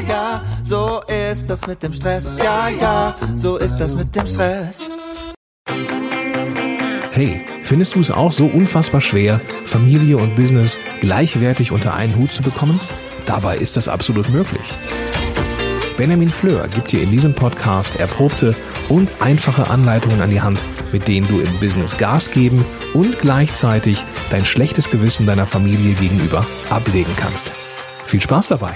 ja, so ist das mit dem Stress. Ja, ja, so ist das mit dem Stress. Hey, findest du es auch so unfassbar schwer, Familie und Business gleichwertig unter einen Hut zu bekommen? Dabei ist das absolut möglich. Benjamin Fleur gibt dir in diesem Podcast erprobte und einfache Anleitungen an die Hand, mit denen du im Business Gas geben und gleichzeitig dein schlechtes Gewissen deiner Familie gegenüber ablegen kannst. Viel Spaß dabei!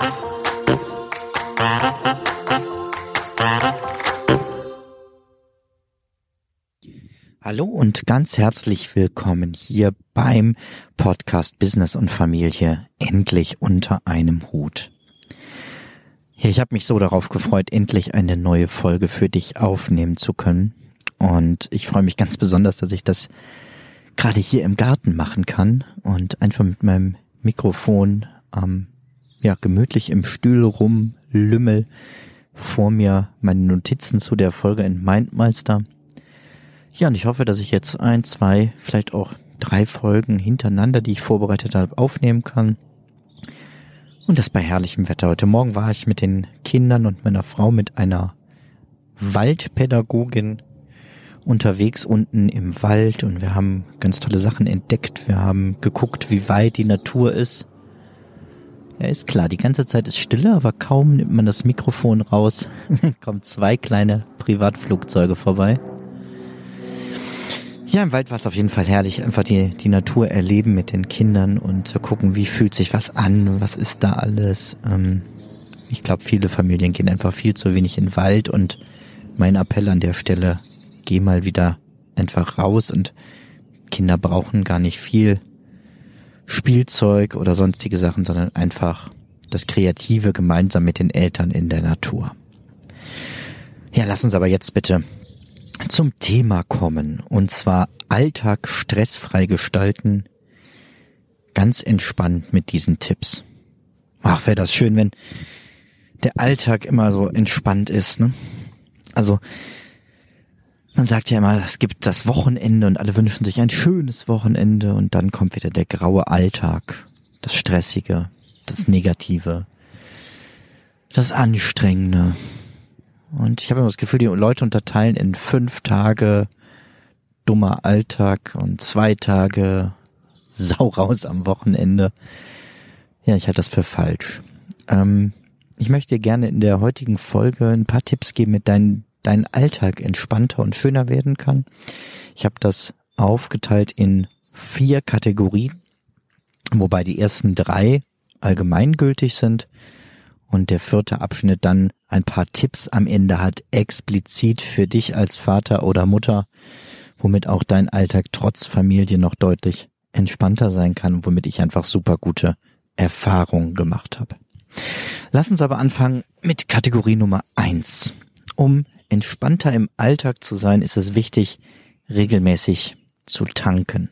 Hallo und ganz herzlich willkommen hier beim Podcast Business und Familie endlich unter einem Hut. Ja, ich habe mich so darauf gefreut, endlich eine neue Folge für dich aufnehmen zu können. Und ich freue mich ganz besonders, dass ich das gerade hier im Garten machen kann und einfach mit meinem Mikrofon gemütlich im Stuhl rumlümmel, vor mir meine Notizen zu der Folge in MindMeister. Ja, und ich hoffe, dass ich jetzt 1, 2, vielleicht auch 3 Folgen hintereinander, die ich vorbereitet habe, aufnehmen kann. Und das bei herrlichem Wetter. Heute Morgen war ich mit den Kindern und meiner Frau mit einer Waldpädagogin unterwegs unten im Wald und wir haben ganz tolle Sachen entdeckt. Wir haben geguckt, wie weit die Natur ist. Ja, ist klar, die ganze Zeit ist Stille, aber kaum nimmt man das Mikrofon raus, kommen 2 kleine Privatflugzeuge vorbei. Ja, im Wald war es auf jeden Fall herrlich, einfach die Natur erleben mit den Kindern und zu gucken, wie fühlt sich was an, was ist da alles. Ich glaube, viele Familien gehen einfach viel zu wenig in den Wald und mein Appell an der Stelle, geh mal wieder einfach raus und Kinder brauchen gar nicht viel Spielzeug oder sonstige Sachen, sondern einfach das Kreative gemeinsam mit den Eltern in der Natur. Ja, lass uns aber jetzt bitte zum Thema kommen, und zwar Alltag stressfrei gestalten, ganz entspannt mit diesen Tipps. Ach, wäre das schön, wenn der Alltag immer so entspannt ist, ne? Also, man sagt ja immer, es gibt das Wochenende und alle wünschen sich ein schönes Wochenende und dann kommt wieder der graue Alltag, das Stressige, das Negative, das Anstrengende. Und ich habe immer das Gefühl, die Leute unterteilen in 5 Tage dummer Alltag und 2 Tage Sau raus am Wochenende. Ja, ich halte das für falsch. Ich möchte dir gerne in der heutigen Folge ein paar Tipps geben, mit dein Alltag entspannter und schöner werden kann. Ich habe das aufgeteilt in 4 Kategorien, wobei die ersten 3 allgemeingültig sind. Und der 4. Abschnitt dann ein paar Tipps am Ende hat, explizit für dich als Vater oder Mutter, womit auch dein Alltag trotz Familie noch deutlich entspannter sein kann und womit ich einfach super gute Erfahrungen gemacht habe. Lass uns aber anfangen mit Kategorie Nummer 1. Um entspannter im Alltag zu sein, ist es wichtig, regelmäßig zu tanken.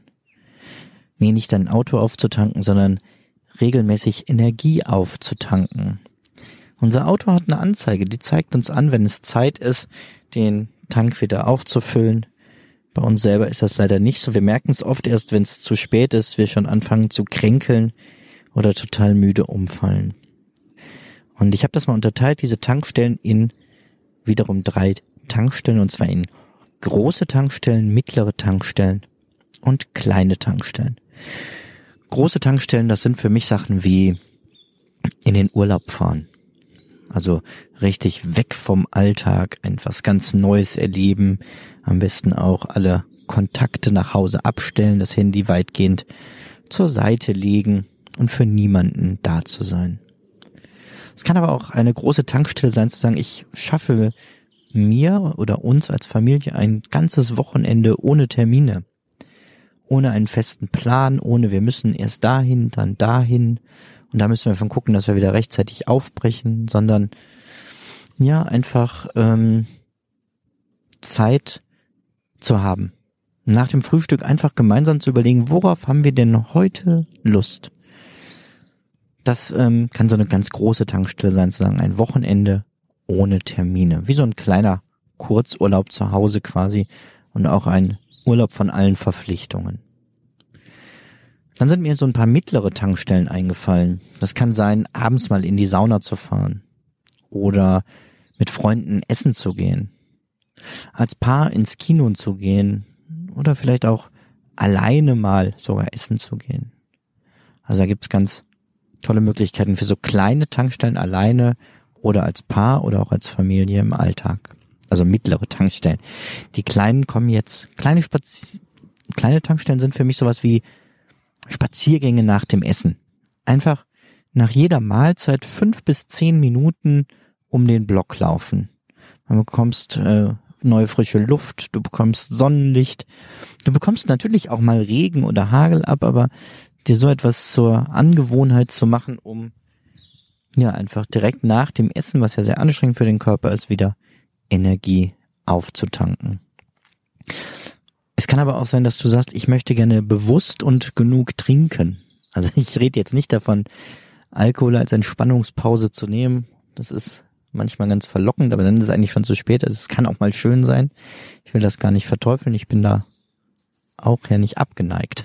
Nee, nicht dein Auto aufzutanken, sondern regelmäßig Energie aufzutanken. Unser Auto hat eine Anzeige, die zeigt uns an, wenn es Zeit ist, den Tank wieder aufzufüllen. Bei uns selber ist das leider nicht so. Wir merken es oft erst, wenn es zu spät ist, wir schon anfangen zu kränkeln oder total müde umfallen. Und ich habe das mal unterteilt, diese Tankstellen in wiederum 3 Tankstellen, und zwar in große Tankstellen, mittlere Tankstellen und kleine Tankstellen. Große Tankstellen, das sind für mich Sachen wie in den Urlaub fahren. Also richtig weg vom Alltag, etwas ganz Neues erleben, am besten auch alle Kontakte nach Hause abstellen, das Handy weitgehend zur Seite legen und für niemanden da zu sein. Es kann aber auch eine große Tankstelle sein, zu sagen, ich schaffe mir oder uns als Familie ein ganzes Wochenende ohne Termine, ohne einen festen Plan, ohne wir müssen erst dahin, dann dahin. Und da müssen wir schon gucken, dass wir wieder rechtzeitig aufbrechen, sondern ja, einfach Zeit zu haben. Nach dem Frühstück einfach gemeinsam zu überlegen, worauf haben wir denn heute Lust? Das kann so eine ganz große Tankstelle sein, zu sagen, ein Wochenende ohne Termine. Wie so ein kleiner Kurzurlaub zu Hause quasi und auch ein Urlaub von allen Verpflichtungen. Dann sind mir so ein paar mittlere Tankstellen eingefallen. Das kann sein, abends mal in die Sauna zu fahren. oder mit Freunden essen zu gehen, als Paar ins Kino zu gehen oder vielleicht auch alleine mal sogar essen zu gehen. Also da gibt's ganz tolle Möglichkeiten für so kleine Tankstellen alleine oder als Paar oder auch als Familie im Alltag. Also mittlere Tankstellen. Die kleinen kommen jetzt, kleine Tankstellen sind für mich sowas wie Spaziergänge nach dem Essen. Einfach nach jeder Mahlzeit 5 bis 10 Minuten um den Block laufen. Du bekommst neue frische Luft, du bekommst Sonnenlicht, du bekommst natürlich auch mal Regen oder Hagel ab, aber dir so etwas zur Angewohnheit zu machen, um ja einfach direkt nach dem Essen, was ja sehr anstrengend für den Körper ist, wieder Energie aufzutanken. Es kann aber auch sein, dass du sagst, ich möchte gerne bewusst und genug trinken. Also ich rede jetzt nicht davon, Alkohol als Entspannungspause zu nehmen. Das ist manchmal ganz verlockend, aber dann ist es eigentlich schon zu spät. Also es kann auch mal schön sein. Ich will das gar nicht verteufeln. Ich bin da auch ja nicht abgeneigt.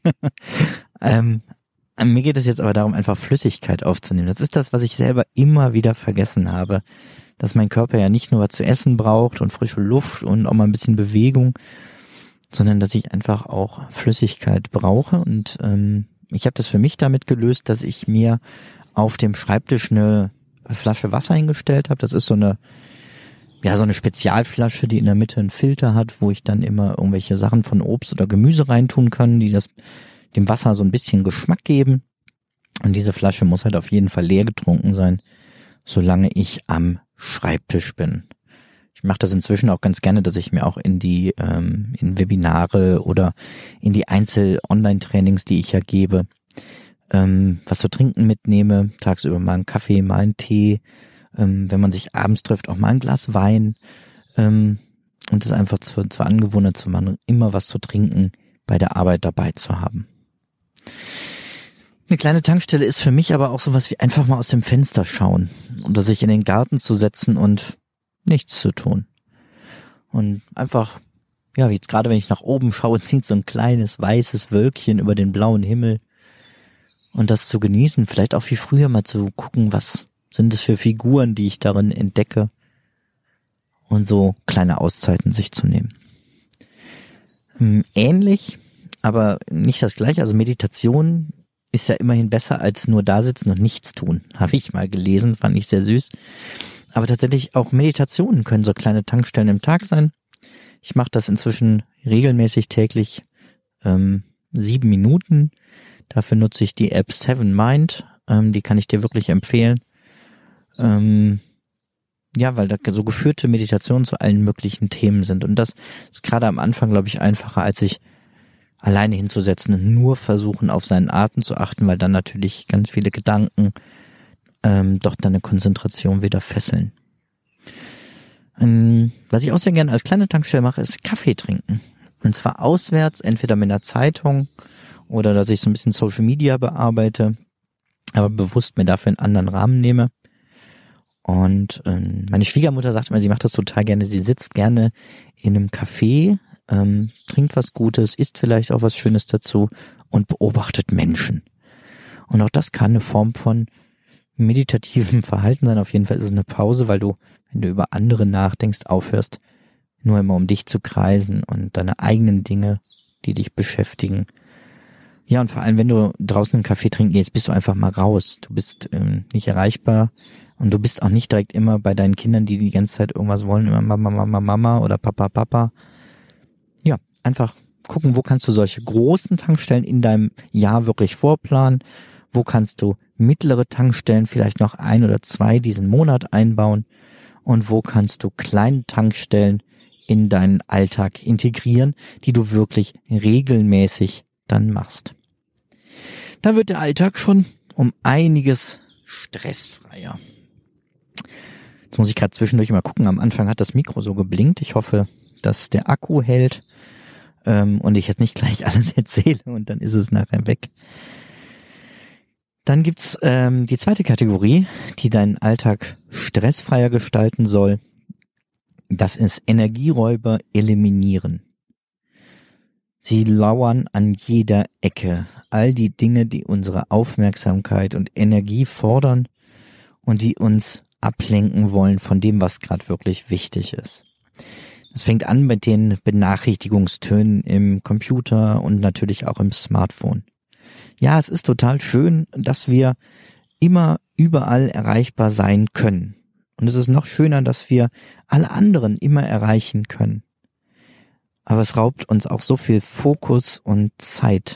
Mir geht es jetzt aber darum, einfach Flüssigkeit aufzunehmen. Das ist das, was ich selber immer wieder vergessen habe. Dass mein Körper ja nicht nur was zu essen braucht und frische Luft und auch mal ein bisschen Bewegung, sondern dass ich einfach auch Flüssigkeit brauche. Und ich habe das für mich damit gelöst, dass ich mir auf dem Schreibtisch eine Flasche Wasser hingestellt habe. Das ist so eine Spezialflasche, die in der Mitte einen Filter hat, wo ich dann immer irgendwelche Sachen von Obst oder Gemüse reintun kann, die dem Wasser so ein bisschen Geschmack geben. Und diese Flasche muss halt auf jeden Fall leer getrunken sein, solange ich am Schreibtisch bin. Ich mache das inzwischen auch ganz gerne, dass ich mir auch in Webinare oder in die Einzel-Online-Trainings, die ich ja gebe, was zu trinken mitnehme, tagsüber mal einen Kaffee, mal einen Tee, wenn man sich abends trifft, auch mal ein Glas Wein, und das einfach zur Angewohnheit zu machen, immer was zu trinken, bei der Arbeit dabei zu haben. Eine kleine Tankstelle ist für mich aber auch sowas wie einfach mal aus dem Fenster schauen oder sich in den Garten zu setzen und nichts zu tun. Und einfach, ja, wie jetzt gerade wenn ich nach oben schaue, zieht so ein kleines weißes Wölkchen über den blauen Himmel. Und das zu genießen, vielleicht auch wie früher mal zu gucken, was sind es für Figuren, die ich darin entdecke. Und so kleine Auszeiten sich zu nehmen. Ähnlich, aber nicht das gleiche. Also Meditation ist ja immerhin besser als nur da sitzen und nichts tun. Habe ich mal gelesen, fand ich sehr süß. Aber tatsächlich auch Meditationen können so kleine Tankstellen im Tag sein. Ich mache das inzwischen regelmäßig täglich 7 Minuten. Dafür nutze ich die App 7 Mind. Die kann ich dir wirklich empfehlen. Ja, weil da so geführte Meditationen zu allen möglichen Themen sind. Und das ist gerade am Anfang, glaube ich, einfacher, als sich alleine hinzusetzen und nur versuchen, auf seinen Atem zu achten, weil dann natürlich ganz viele Gedanken doch deine Konzentration wieder fesseln. Was ich auch sehr gerne als kleine Tankstelle mache, ist Kaffee trinken. Und zwar auswärts, entweder mit einer Zeitung oder dass ich so ein bisschen Social Media bearbeite, aber bewusst mir dafür einen anderen Rahmen nehme. Und meine Schwiegermutter sagt immer, sie macht das total gerne. Sie sitzt gerne in einem Café, trinkt was Gutes, isst vielleicht auch was Schönes dazu und beobachtet Menschen. Und auch das kann eine Form von meditativem Verhalten sein. Auf jeden Fall ist es eine Pause, weil du, wenn du über andere nachdenkst, aufhörst, nur immer um dich zu kreisen und deine eigenen Dinge, die dich beschäftigen. Ja, und vor allem, wenn du draußen einen Kaffee trinken gehst, bist du einfach mal raus. Du bist nicht erreichbar und du bist auch nicht direkt immer bei deinen Kindern, die ganze Zeit irgendwas wollen, immer Mama, Mama, Mama oder Papa, Papa. Ja, einfach gucken, wo kannst du solche großen Tankstellen in deinem Jahr wirklich vorplanen? Wo kannst du mittlere Tankstellen, vielleicht noch 1 oder 2 diesen Monat einbauen? Und wo kannst du kleine Tankstellen in deinen Alltag integrieren, die du wirklich regelmäßig dann machst? Da wird der Alltag schon um einiges stressfreier. Jetzt muss ich gerade zwischendurch mal gucken. Am Anfang hat das Mikro so geblinkt. Ich hoffe, dass der Akku hält und ich jetzt nicht gleich alles erzähle und dann ist es nachher weg. Dann gibt's die zweite Kategorie, die deinen Alltag stressfreier gestalten soll. Das ist Energieräuber eliminieren. Sie lauern an jeder Ecke. All die Dinge, die unsere Aufmerksamkeit und Energie fordern und die uns ablenken wollen von dem, was gerade wirklich wichtig ist. Es fängt an mit den Benachrichtigungstönen im Computer und natürlich auch im Smartphone. Ja, es ist total schön, dass wir immer überall erreichbar sein können. Und es ist noch schöner, dass wir alle anderen immer erreichen können. Aber es raubt uns auch so viel Fokus und Zeit.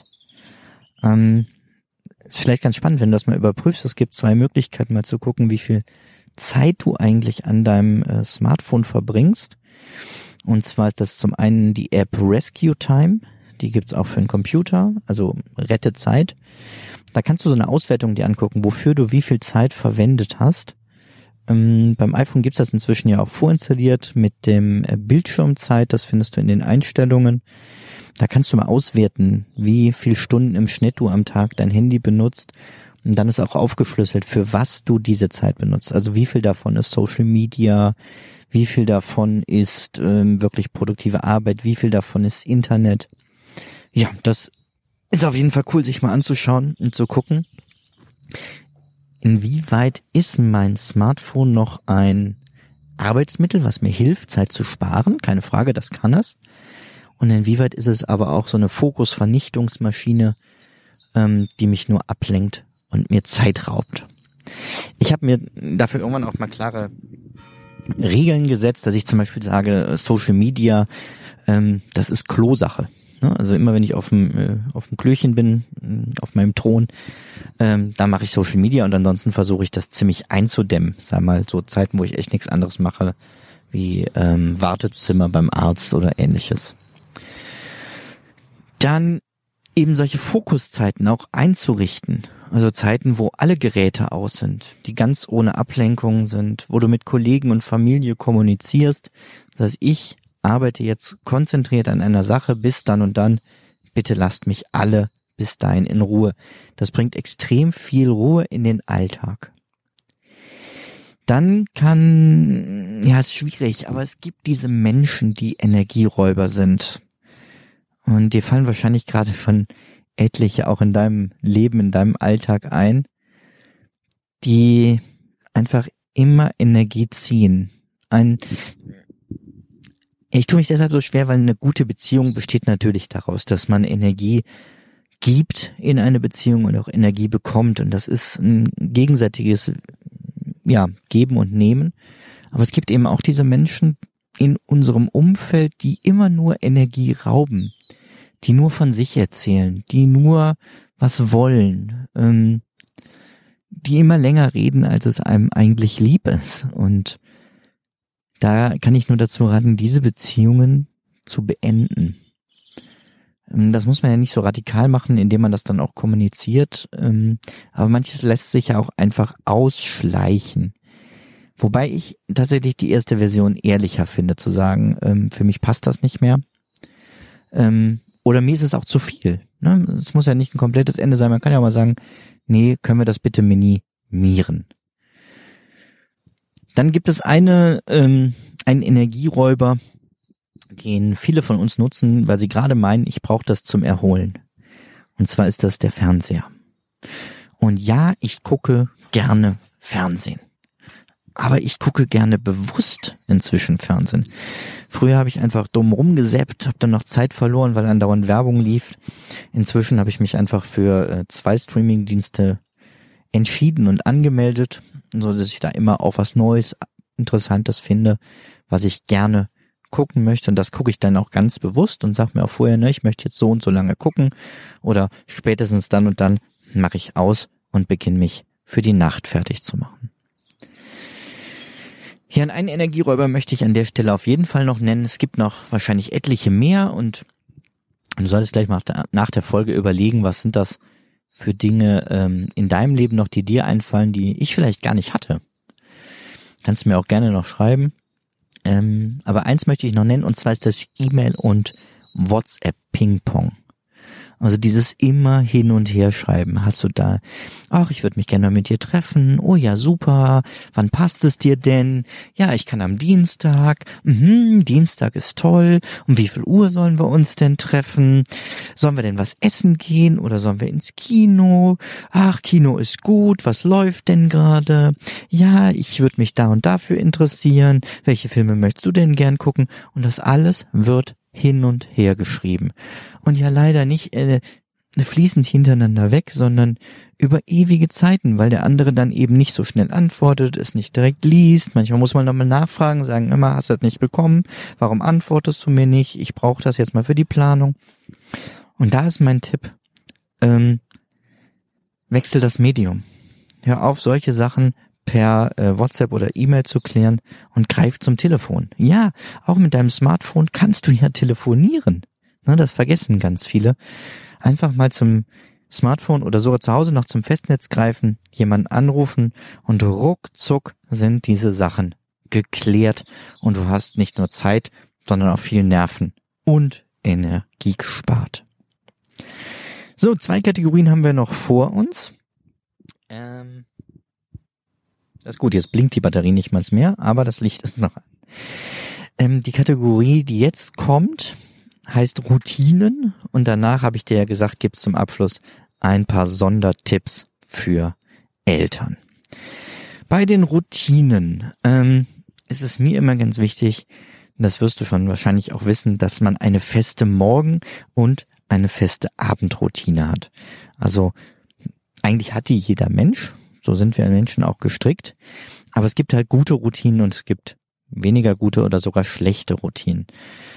Ist vielleicht ganz spannend, wenn du das mal überprüfst. Es gibt 2 Möglichkeiten, mal zu gucken, wie viel Zeit du eigentlich an deinem Smartphone verbringst. Und zwar ist das zum einen die App Rescue Time. Die gibt's auch für den Computer, also Rette Zeit. Da kannst du so eine Auswertung dir angucken, wofür du wie viel Zeit verwendet hast. Beim iPhone gibt's das inzwischen ja auch vorinstalliert mit dem Bildschirmzeit. Das findest du in den Einstellungen. Da kannst du mal auswerten, wie viel Stunden im Schnitt du am Tag dein Handy benutzt. Und dann ist auch aufgeschlüsselt, für was du diese Zeit benutzt. Also wie viel davon ist Social Media, wie viel davon ist wirklich produktive Arbeit, wie viel davon ist Internet. Ja, das ist auf jeden Fall cool, sich mal anzuschauen und zu gucken, inwieweit ist mein Smartphone noch ein Arbeitsmittel, was mir hilft, Zeit zu sparen. Keine Frage, das kann es. Und inwieweit ist es aber auch so eine Fokusvernichtungsmaschine, die mich nur ablenkt und mir Zeit raubt. Ich habe mir dafür irgendwann auch mal klare Regeln gesetzt, dass ich zum Beispiel sage, Social Media, das ist Klosache. Also immer wenn ich auf dem Klöchen bin, auf meinem Thron, da mache ich Social Media und ansonsten versuche ich das ziemlich einzudämmen. Sag mal, so Zeiten, wo ich echt nichts anderes mache, wie Wartezimmer beim Arzt oder ähnliches. Dann eben solche Fokuszeiten auch einzurichten. Also Zeiten, wo alle Geräte aus sind, die ganz ohne Ablenkung sind, wo du mit Kollegen und Familie kommunizierst. Das heißt, ich arbeite jetzt konzentriert an einer Sache bis dann und dann. Bitte lasst mich alle bis dahin in Ruhe. Das bringt extrem viel Ruhe in den Alltag. Dann ist schwierig, aber es gibt diese Menschen, die Energieräuber sind. Und dir fallen wahrscheinlich gerade von etliche auch in deinem Leben, in deinem Alltag ein, die einfach immer Energie ziehen. Ich tue mich deshalb so schwer, weil eine gute Beziehung besteht natürlich daraus, dass man Energie gibt in eine Beziehung und auch Energie bekommt. Und das ist ein gegenseitiges, Geben und Nehmen. Aber es gibt eben auch diese Menschen in unserem Umfeld, die immer nur Energie rauben, die nur von sich erzählen, die nur was wollen, die immer länger reden, als es einem eigentlich lieb ist. Und da kann ich nur dazu raten, diese Beziehungen zu beenden. Das muss man ja nicht so radikal machen, indem man das dann auch kommuniziert, aber manches lässt sich ja auch einfach ausschleichen. Wobei ich tatsächlich die erste Version ehrlicher finde, zu sagen, für mich passt das nicht mehr. Oder mir ist es auch zu viel. Ne? Es muss ja nicht ein komplettes Ende sein. Man kann ja auch mal sagen, nee, können wir das bitte minimieren. Dann gibt es einen Energieräuber, den viele von uns nutzen, weil sie gerade meinen, ich brauche das zum Erholen. Und zwar ist das der Fernseher. Und ja, ich gucke gerne Fernsehen. Aber ich gucke gerne bewusst inzwischen Fernsehen. Früher habe ich einfach dumm rumgesäppt, habe dann noch Zeit verloren, weil andauernd Werbung lief. Inzwischen habe ich mich einfach für 2 Streaming-Dienste entschieden und angemeldet, so dass ich da immer auch was Neues, Interessantes finde, was ich gerne gucken möchte. Und das gucke ich dann auch ganz bewusst und sage mir auch vorher, ich möchte jetzt so und so lange gucken oder spätestens dann und dann mache ich aus und beginne mich für die Nacht fertig zu machen. Ja, und einen Energieräuber möchte ich an der Stelle auf jeden Fall noch nennen. Es gibt noch wahrscheinlich etliche mehr und du solltest gleich mal nach der Folge überlegen, was sind das für Dinge in deinem Leben noch, die dir einfallen, die ich vielleicht gar nicht hatte. Kannst du mir auch gerne noch schreiben. Aber eins möchte ich noch nennen, und zwar ist das E-Mail und WhatsApp Ping-Pong. Also dieses immer hin und her schreiben. Hast du da, ach, ich würde mich gerne mal mit dir treffen. Oh ja, super. Wann passt es dir denn? Ja, ich kann am Dienstag. Dienstag ist toll. Um wie viel Uhr sollen wir uns denn treffen? Sollen wir denn was essen gehen oder sollen wir ins Kino? Ach, Kino ist gut. Was läuft denn gerade? Ja, ich würde mich da und dafür interessieren. Welche Filme möchtest du denn gern gucken? Und das alles wird hin und her geschrieben. Und ja leider nicht fließend hintereinander weg, sondern über ewige Zeiten, weil der andere dann eben nicht so schnell antwortet, es nicht direkt liest. Manchmal muss man nochmal nachfragen, sagen, immer hast du das nicht bekommen? Warum antwortest du mir nicht? Ich brauche das jetzt mal für die Planung. Und da ist mein Tipp, wechsel das Medium. Hör auf, solche Sachen per WhatsApp oder E-Mail zu klären und greif zum Telefon. Ja, auch mit deinem Smartphone kannst du ja telefonieren. Ne, das vergessen ganz viele. Einfach mal zum Smartphone oder sogar zu Hause noch zum Festnetz greifen, jemanden anrufen und ruckzuck sind diese Sachen geklärt und du hast nicht nur Zeit, sondern auch viel Nerven und Energie gespart. So, 2 Kategorien haben wir noch vor uns. Das ist gut, jetzt blinkt die Batterie nicht mal mehr, aber das Licht ist noch an. Die Kategorie, die jetzt kommt, heißt Routinen und danach, habe ich dir ja gesagt, gibt's zum Abschluss ein paar Sondertipps für Eltern. Bei den Routinen ist es mir immer ganz wichtig, das wirst du schon wahrscheinlich auch wissen, dass man eine feste Morgen- und eine feste Abendroutine hat. Also eigentlich hat die jeder Mensch. So sind wir Menschen auch gestrickt. Aber es gibt halt gute Routinen und es gibt weniger gute oder sogar schlechte Routinen.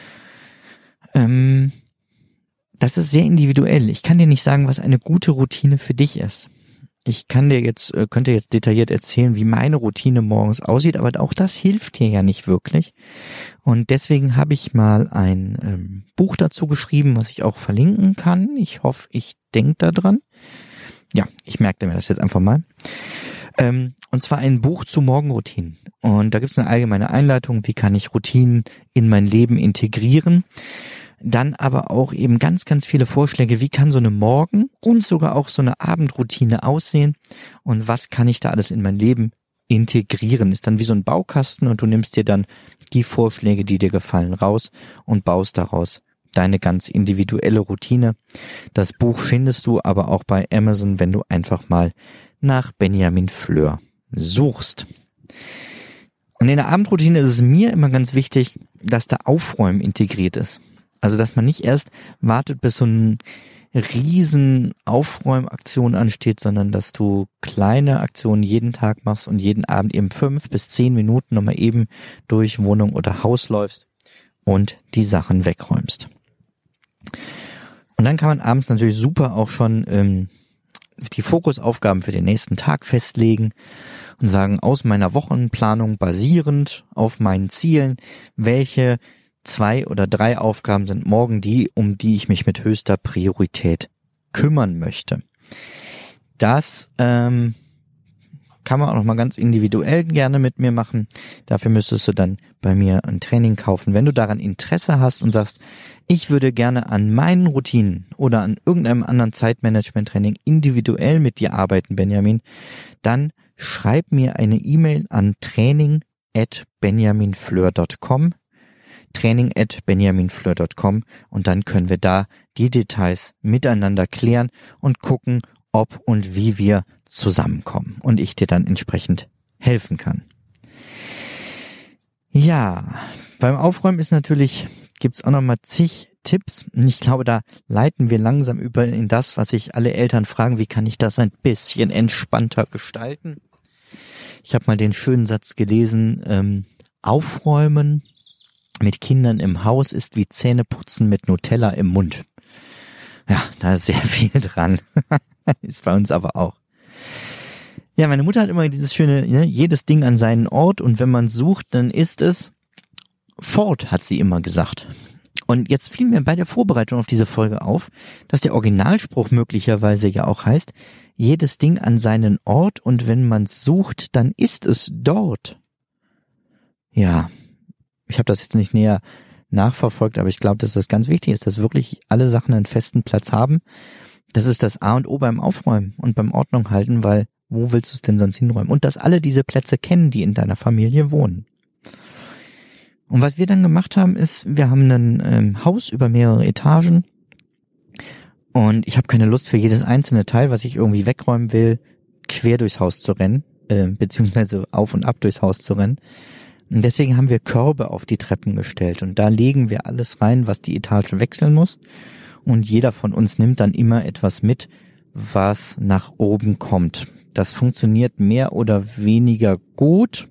Das ist sehr individuell. Ich kann dir nicht sagen, was eine gute Routine für dich ist. Ich könnte jetzt detailliert erzählen, wie meine Routine morgens aussieht, aber auch das hilft dir ja nicht wirklich. Und deswegen habe ich mal ein Buch dazu geschrieben, was ich auch verlinken kann. Ich hoffe, ich denke da dran. Ja, ich merke mir das jetzt einfach mal. Und zwar ein Buch zu Morgenroutinen. Und da gibt es eine allgemeine Einleitung, wie kann ich Routinen in mein Leben integrieren. Dann aber auch eben ganz, ganz viele Vorschläge, wie kann so eine Morgen- und sogar auch so eine Abendroutine aussehen und was kann ich da alles in mein Leben integrieren. Ist dann wie so ein Baukasten und du nimmst dir dann die Vorschläge, die dir gefallen, raus und baust daraus deine ganz individuelle Routine. Das Buch findest du aber auch bei Amazon, wenn du einfach mal nach Benjamin Fleur suchst. Und in der Abendroutine ist es mir immer ganz wichtig, dass da Aufräumen integriert ist. Also, dass man nicht erst wartet, bis so eine riesen Aufräumaktion ansteht, sondern dass du kleine Aktionen jeden Tag machst und jeden Abend eben 5 bis 10 Minuten nochmal eben durch Wohnung oder Haus läufst und die Sachen wegräumst. Und dann kann man abends natürlich super auch schon die Fokusaufgaben für den nächsten Tag festlegen und sagen, aus meiner Wochenplanung basierend auf meinen Zielen, welche 2 oder 3 Aufgaben sind morgen die, um die ich mich mit höchster Priorität kümmern möchte. Das kann man auch noch mal ganz individuell gerne mit mir machen. Dafür müsstest du dann bei mir ein Training kaufen. Wenn du daran Interesse hast und sagst, ich würde gerne an meinen Routinen oder an irgendeinem anderen Zeitmanagement-Training individuell mit dir arbeiten, Benjamin, dann schreib mir eine E-Mail an training@benjaminfleur.com training@benjaminfleur.com und dann können wir da die Details miteinander klären und gucken, ob und wie wir zusammenkommen und ich dir dann entsprechend helfen kann. Ja, beim Aufräumen gibt's auch nochmal zig Tipps und ich glaube, da leiten wir langsam über in das, was sich alle Eltern fragen, wie kann ich das ein bisschen entspannter gestalten? Ich habe mal den schönen Satz gelesen, Aufräumen mit Kindern im Haus ist wie Zähneputzen mit Nutella im Mund. Ja, da ist sehr viel dran. Ist bei uns aber auch. Ja, meine Mutter hat immer dieses schöne, jedes Ding an seinen Ort und wenn man sucht, dann ist es fort, hat sie immer gesagt. Und jetzt fiel mir bei der Vorbereitung auf diese Folge auf, dass der Originalspruch möglicherweise ja auch heißt, jedes Ding an seinen Ort und wenn man es sucht, dann ist es dort. Ja, ich habe das jetzt nicht näher nachverfolgt, aber ich glaube, dass das ganz wichtig ist, dass wirklich alle Sachen einen festen Platz haben. Das ist das A und O beim Aufräumen und beim Ordnung halten, weil wo willst du es denn sonst hinräumen? Und dass alle diese Plätze kennen, die in deiner Familie wohnen. Und was wir dann gemacht haben, ist, wir haben ein Haus über mehrere Etagen und ich habe keine Lust für jedes einzelne Teil, was ich irgendwie wegräumen will, quer durchs Haus zu rennen, beziehungsweise auf und ab durchs Haus zu rennen. Und deswegen haben wir Körbe auf die Treppen gestellt und da legen wir alles rein, was die Etage wechseln muss. Und jeder von uns nimmt dann immer etwas mit, was nach oben kommt. Das funktioniert mehr oder weniger gut.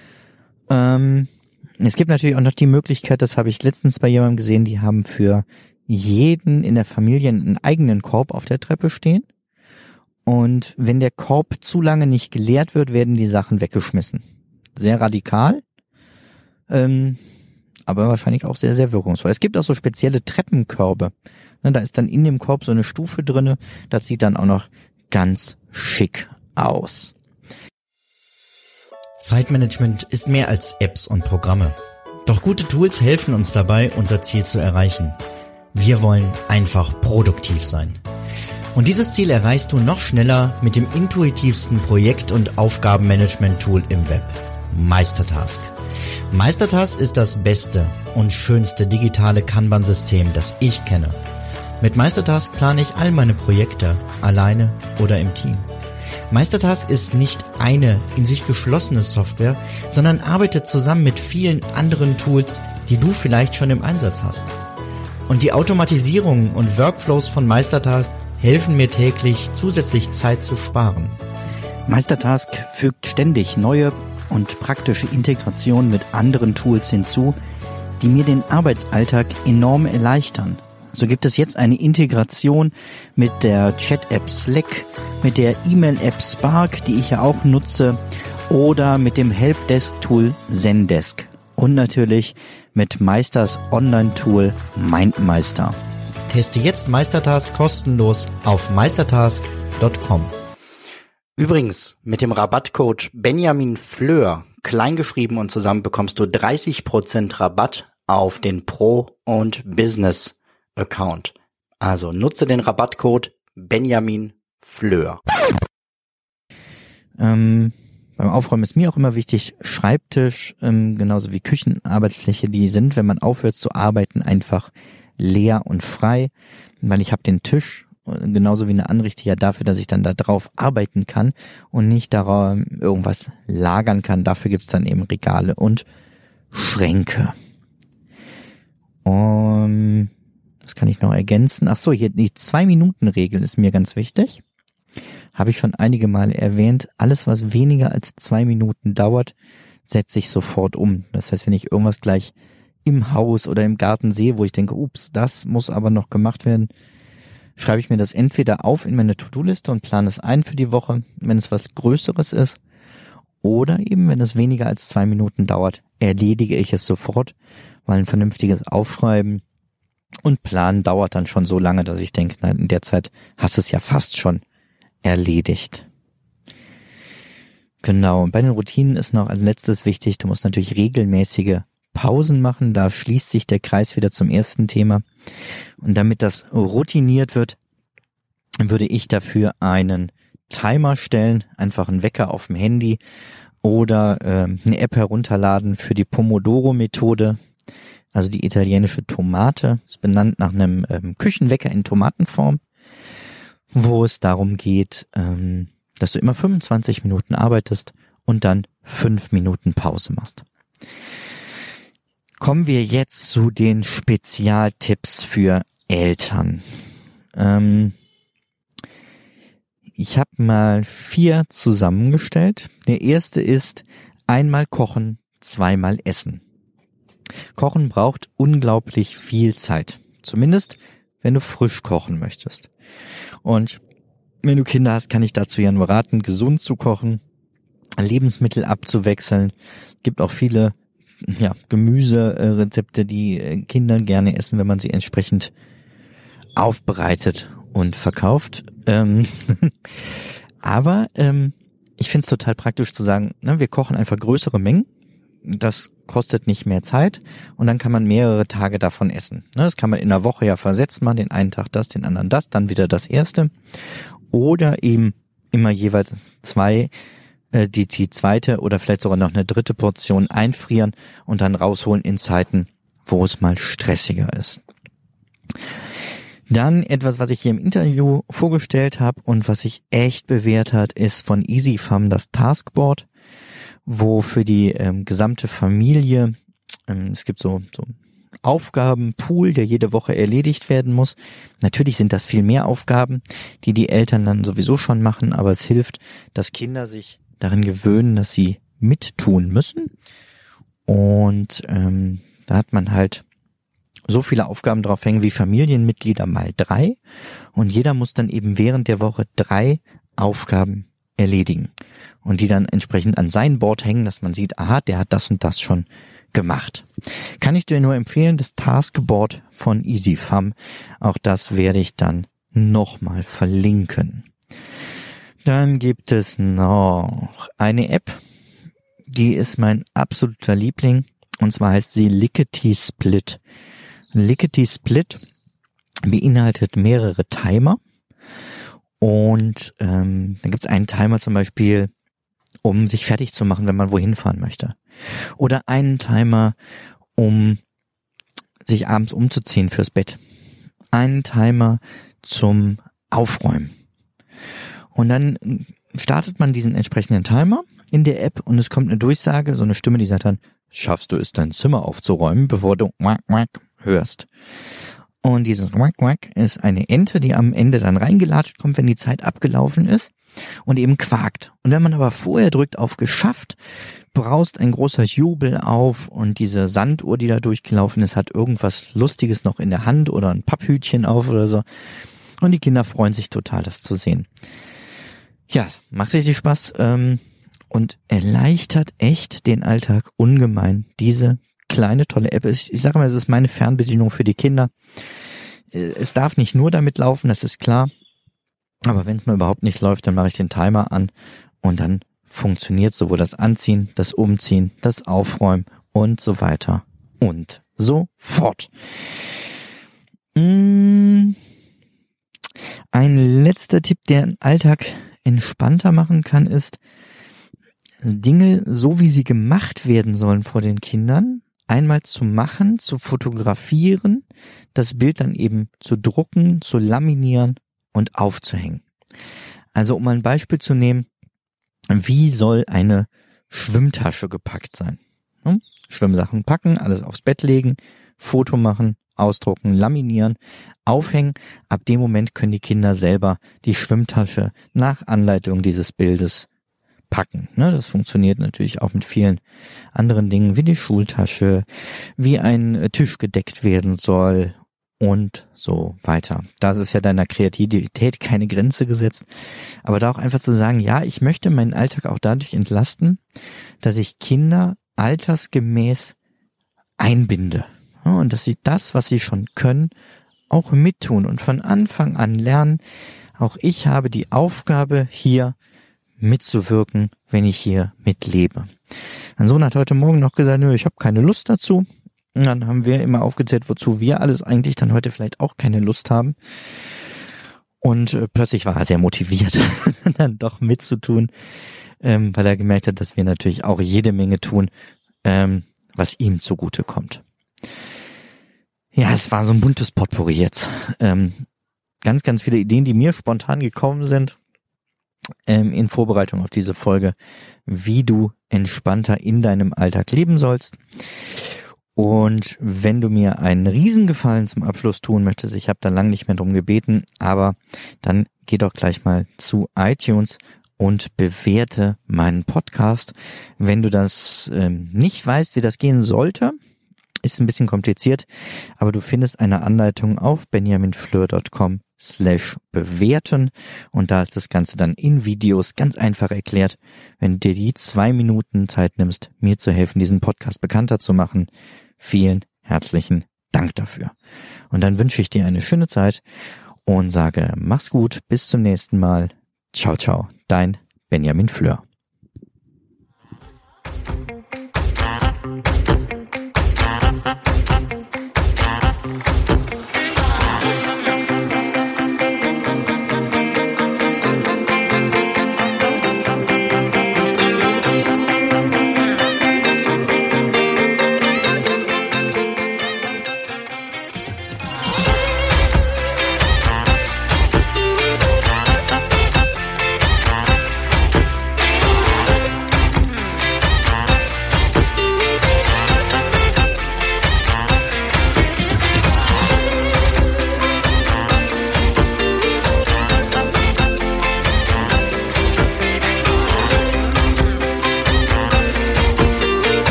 Es gibt natürlich auch noch die Möglichkeit, das habe ich letztens bei jemandem gesehen, die haben für jeden in der Familie einen eigenen Korb auf der Treppe stehen. Und wenn der Korb zu lange nicht geleert wird, werden die Sachen weggeschmissen. Sehr radikal, aber wahrscheinlich auch sehr, sehr wirkungsvoll. Es gibt auch so spezielle Treppenkörbe. Da ist dann in dem Korb so eine Stufe drinne. Das sieht dann auch noch ganz schick aus. Zeitmanagement ist mehr als Apps und Programme. Doch gute Tools helfen uns dabei, unser Ziel zu erreichen. Wir wollen einfach produktiv sein. Und dieses Ziel erreichst du noch schneller mit dem intuitivsten Projekt- und Aufgabenmanagement-Tool im Web, Meistertask. Meistertask ist das beste und schönste digitale Kanban-System, das ich kenne. Mit Meistertask plane ich all meine Projekte, alleine oder im Team. Meistertask ist nicht eine in sich geschlossene Software, sondern arbeitet zusammen mit vielen anderen Tools, die du vielleicht schon im Einsatz hast. Und die Automatisierungen und Workflows von Meistertask helfen mir täglich, zusätzlich Zeit zu sparen. Meistertask fügt ständig neue und praktische Integrationen mit anderen Tools hinzu, die mir den Arbeitsalltag enorm erleichtern. So gibt es jetzt eine Integration mit der Chat-App Slack, mit der E-Mail-App Spark, die ich ja auch nutze, oder mit dem Helpdesk-Tool Zendesk und natürlich mit Meisters Online-Tool MindMeister. Teste jetzt Meistertask kostenlos auf meistertask.com. Übrigens, mit dem Rabattcode Benjamin Fleur, kleingeschrieben und zusammen, bekommst du 30% Rabatt auf den Pro- und Business-Account. Also nutze den Rabattcode Benjamin Fleur. Beim Aufräumen ist mir auch immer wichtig, Schreibtisch, genauso wie Küchenarbeitsfläche, die sind, wenn man aufhört zu arbeiten, einfach leer und frei, weil ich habe den Tisch genauso wie eine Anrichte ja dafür, dass ich dann da drauf arbeiten kann und nicht darauf irgendwas lagern kann. Dafür gibt's dann eben Regale und Schränke. Und was kann ich noch ergänzen? Ach so, hier die 2-Minuten-Regel ist mir ganz wichtig. Habe ich schon einige Male erwähnt. Alles, was weniger als 2 Minuten dauert, setze ich sofort um. Das heißt, wenn ich irgendwas gleich im Haus oder im Garten sehe, wo ich denke, ups, das muss aber noch gemacht werden, schreibe ich mir das entweder auf in meine To-Do-Liste und plane es ein für die Woche, wenn es was Größeres ist, oder eben, wenn es weniger als 2 Minuten dauert, erledige ich es sofort, weil ein vernünftiges Aufschreiben und Planen dauert dann schon so lange, dass ich denke, na, in der Zeit hast du es ja fast schon erledigt. Genau, und bei den Routinen ist noch als letztes wichtig, du musst natürlich regelmäßige Pausen machen, da schließt sich der Kreis wieder zum ersten Thema. Und damit das routiniert wird, würde ich dafür einen Timer stellen, einfach einen Wecker auf dem Handy oder eine App herunterladen für die Pomodoro-Methode, also die italienische Tomate, ist benannt nach einem Küchenwecker in Tomatenform, wo es darum geht, dass du immer 25 Minuten arbeitest und dann 5 Minuten Pause machst. Kommen wir jetzt zu den Spezialtipps für Eltern. Ich habe mal 4 zusammengestellt. Der erste ist: einmal kochen, zweimal essen. Kochen braucht unglaublich viel Zeit. Zumindest, wenn du frisch kochen möchtest. Und wenn du Kinder hast, kann ich dazu ja nur raten, gesund zu kochen, Lebensmittel abzuwechseln. Gibt auch viele Gemüserezepte, die Kinder gerne essen, wenn man sie entsprechend aufbereitet und verkauft. Aber ich finde es total praktisch zu sagen, wir kochen einfach größere Mengen. das kostet nicht mehr Zeit und dann kann man mehrere Tage davon essen. Das kann man in der Woche ja versetzt machen, den einen Tag das, den anderen das, dann wieder das erste. Oder eben immer jeweils die zweite oder vielleicht sogar noch eine dritte Portion einfrieren und dann rausholen in Zeiten, wo es mal stressiger ist. Dann etwas, was ich hier im Interview vorgestellt habe und was sich echt bewährt hat, ist von EasyFam das Taskboard, wo für die gesamte Familie, es gibt so Aufgabenpool, der jede Woche erledigt werden muss. Natürlich sind das viel mehr Aufgaben, die Eltern dann sowieso schon machen, aber es hilft, dass Kinder sich darin gewöhnen, dass sie mittun müssen. Und da hat man halt so viele Aufgaben drauf hängen wie Familienmitglieder mal 3 und jeder muss dann eben während der Woche 3 Aufgaben erledigen und die dann entsprechend an sein Board hängen, dass man sieht, aha, der hat das und das schon gemacht. Kann ich dir nur empfehlen, das Taskboard von EasyFam, auch das werde ich dann nochmal verlinken. Dann gibt es noch eine App, die ist mein absoluter Liebling und zwar heißt sie Lickety Split. Lickety Split beinhaltet mehrere Timer und dann gibt es einen Timer zum Beispiel, um sich fertig zu machen, wenn man wohin fahren möchte. Oder einen Timer, um sich abends umzuziehen fürs Bett. Einen Timer zum Aufräumen. Und dann startet man diesen entsprechenden Timer in der App und es kommt eine Durchsage, so eine Stimme, die sagt dann, schaffst du es, dein Zimmer aufzuräumen, bevor du wack, wack hörst. Und dieses wack, wack ist eine Ente, die am Ende dann reingelatscht kommt, wenn die Zeit abgelaufen ist und eben quakt. Und wenn man aber vorher drückt auf geschafft, braust ein großer Jubel auf und diese Sanduhr, die da durchgelaufen ist, hat irgendwas Lustiges noch in der Hand oder ein Papphütchen auf oder so. Und die Kinder freuen sich total, das zu sehen. Ja, macht richtig Spaß und erleichtert echt den Alltag ungemein. Diese kleine, tolle App. Ich sage mal, es ist meine Fernbedienung für die Kinder. Es darf nicht nur damit laufen, das ist klar. Aber wenn es mal überhaupt nicht läuft, dann mache ich den Timer an und dann funktioniert sowohl das Anziehen, das Umziehen, das Aufräumen und so weiter und so fort. Ein letzter Tipp, der den Alltag entspannter machen kann, ist, Dinge, so wie sie gemacht werden sollen vor den Kindern, einmal zu machen, zu fotografieren, das Bild dann eben zu drucken, zu laminieren und aufzuhängen. Also um ein Beispiel zu nehmen, wie soll eine Schwimmtasche gepackt sein? Schwimmsachen packen, alles aufs Bett legen, Foto machen, ausdrucken, laminieren, aufhängen. Ab dem Moment können die Kinder selber die Schwimmtasche nach Anleitung dieses Bildes packen. Das funktioniert natürlich auch mit vielen anderen Dingen, wie die Schultasche, wie ein Tisch gedeckt werden soll und so weiter. Da ist ja deiner Kreativität keine Grenze gesetzt. Aber da auch einfach zu sagen, ja, ich möchte meinen Alltag auch dadurch entlasten, dass ich Kinder altersgemäß einbinde. Und dass sie das, was sie schon können, auch mittun und von Anfang an lernen. Auch ich habe die Aufgabe, hier mitzuwirken, wenn ich hier mitlebe. Mein Sohn hat heute Morgen noch gesagt, ich habe keine Lust dazu. Und dann haben wir immer aufgezählt, wozu wir alles eigentlich dann heute vielleicht auch keine Lust haben. Und plötzlich war er sehr motiviert, dann doch mitzutun, weil er gemerkt hat, dass wir natürlich auch jede Menge tun, was ihm zugute kommt. Ja, es war so ein buntes Potpourri jetzt. Ganz, ganz viele Ideen, die mir spontan gekommen sind in Vorbereitung auf diese Folge, wie du entspannter in deinem Alltag leben sollst. Und wenn du mir einen Riesengefallen zum Abschluss tun möchtest, ich habe da lange nicht mehr drum gebeten, aber dann geh doch gleich mal zu iTunes und bewerte meinen Podcast. Wenn du das nicht weißt, wie das gehen sollte, ist ein bisschen kompliziert, aber du findest eine Anleitung auf benjaminfleur.com/bewerten und da ist das Ganze dann in Videos ganz einfach erklärt. Wenn du dir die 2 Minuten Zeit nimmst, mir zu helfen, diesen Podcast bekannter zu machen, vielen herzlichen Dank dafür. Und dann wünsche ich dir eine schöne Zeit und sage, mach's gut, bis zum nächsten Mal. Ciao, ciao, dein Benjamin Fleur.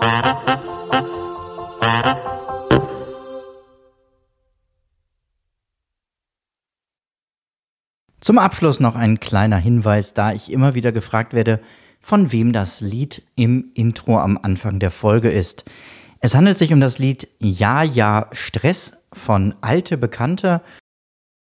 Zum Abschluss noch ein kleiner Hinweis, da ich immer wieder gefragt werde, von wem das Lied im Intro am Anfang der Folge ist. Es handelt sich um das Lied Ja, ja, Stress von Alte Bekannte